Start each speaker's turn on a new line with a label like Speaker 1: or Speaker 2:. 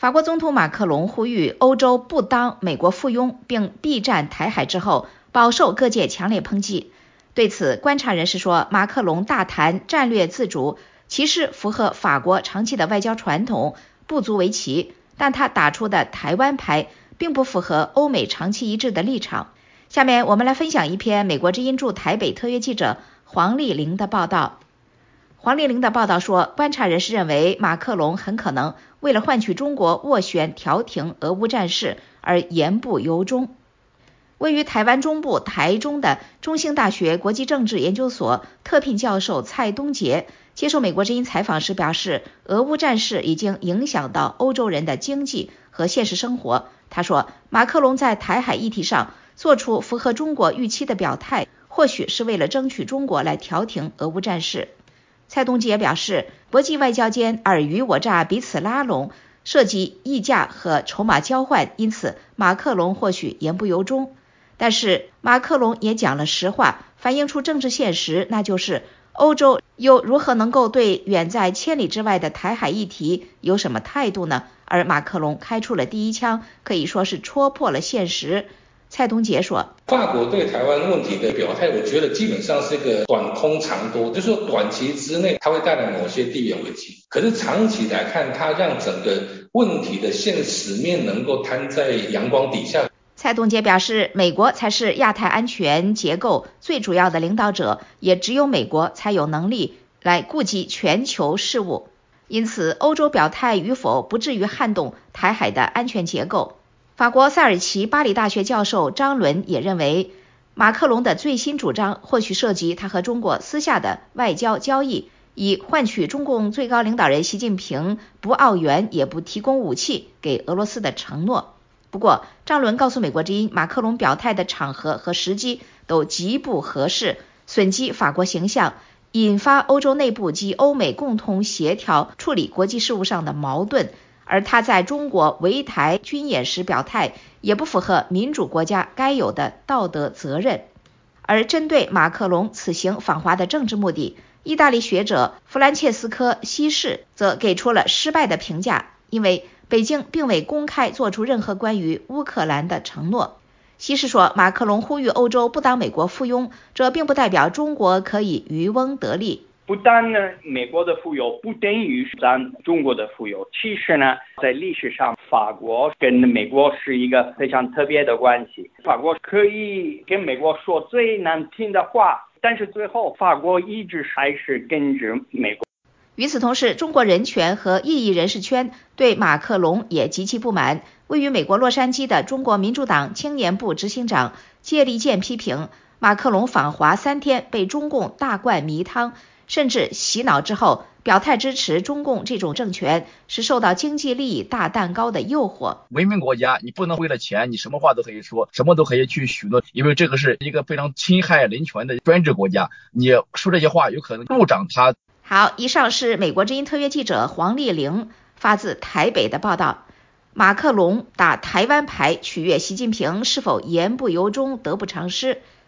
Speaker 1: 法国总统马克龙呼吁欧洲不当美国附庸并避战台海之后，饱受各界强烈抨击。对此，观察人士说，马克龙大谈战略自主，其实符合法国长期的外交传统，不足为奇，但他打出的台湾牌并不符合欧美长期一致的立场。下面我们来分享一篇美国之音驻台北特约记者黄丽玲的报道。黄丽玲的报道说，观察人士认为，马克龙很可能为了换取中国斡旋调停俄乌战事而言不由衷。位于台湾中部台中的中兴大学国际政治研究所特聘教授蔡东杰接受美国之音采访时表示，俄乌战事已经影响到欧洲人的经济和现实生活。他说，马克龙在台海议题上做出符合中国预期的表态，或许是为了争取中国来调停俄乌战事。蔡东杰表示，国际外交间尔虞我诈，彼此拉拢，涉及议价和筹码交换，因此马克龙或许言不由衷。但是马克龙也讲了实话，反映出政治现实，那就是欧洲又如何能够对远在千里之外的台海议题有什么态度呢？而马克龙开出了第一枪，可以说是戳破了现实。蔡东杰说，
Speaker 2: 法国对台湾问题的表态，我觉得基本上是一个短空长多，就是说短期之内它会带来某些地缘危机，可是长期来看，它让整个问题的现实面能够摊在阳光底下。
Speaker 1: 蔡东杰表示，美国才是亚太安全结构最主要的领导者，也只有美国才有能力来顾及全球事务，因此欧洲表态与否不至于撼动台海的安全结构。法国塞尔齐巴黎大学教授张伦也认为，马克龙的最新主张或许涉及他和中国私下的外交交易，以换取中共最高领导人习近平不澳援也不提供武器给俄罗斯的承诺。不过，张伦告诉美国之音，马克龙表态的场合和时机都极不合适，损及法国形象，引发欧洲内部及欧美共同协调处理国际事务上的矛盾。而他在中国围台军演时表态，也不符合民主国家该有的道德责任。而针对马克龙此行访华的政治目的，意大利学者弗兰切斯科·西士则给出了失败的评价，因为北京并未公开做出任何关于乌克兰的承诺。西士说，马克龙呼吁欧洲不当美国附庸，这并不代表中国可以渔翁得利。
Speaker 3: 不但呢，美国的富有不等于当中国的富有。其实呢，在历史上，法国跟美国是一个非常特别的关系。法国可以跟美国说最难听的话，但是最后法国一直还是跟着美国。
Speaker 1: 与此同时，中国人权和异议人士圈对马克龙也极其不满。位于美国洛杉矶的中国民主党青年部执行长谢立健批评，马克龙访华3天被中共大灌迷汤，甚至洗脑之后表态支持中共这种政权，是受到经济利益大蛋糕的诱惑。
Speaker 4: 文明国家，你不能为了钱，你什么话都可以说，什么都可以去许诺，因为这个是一个非常侵害人权的专制国家，你说这些话有可能助长它。
Speaker 1: 好，以上是美国之音特约记者黄丽玲发自台北的报道。马克龙打台湾牌取悦习近平，是否言不由衷，得不偿失？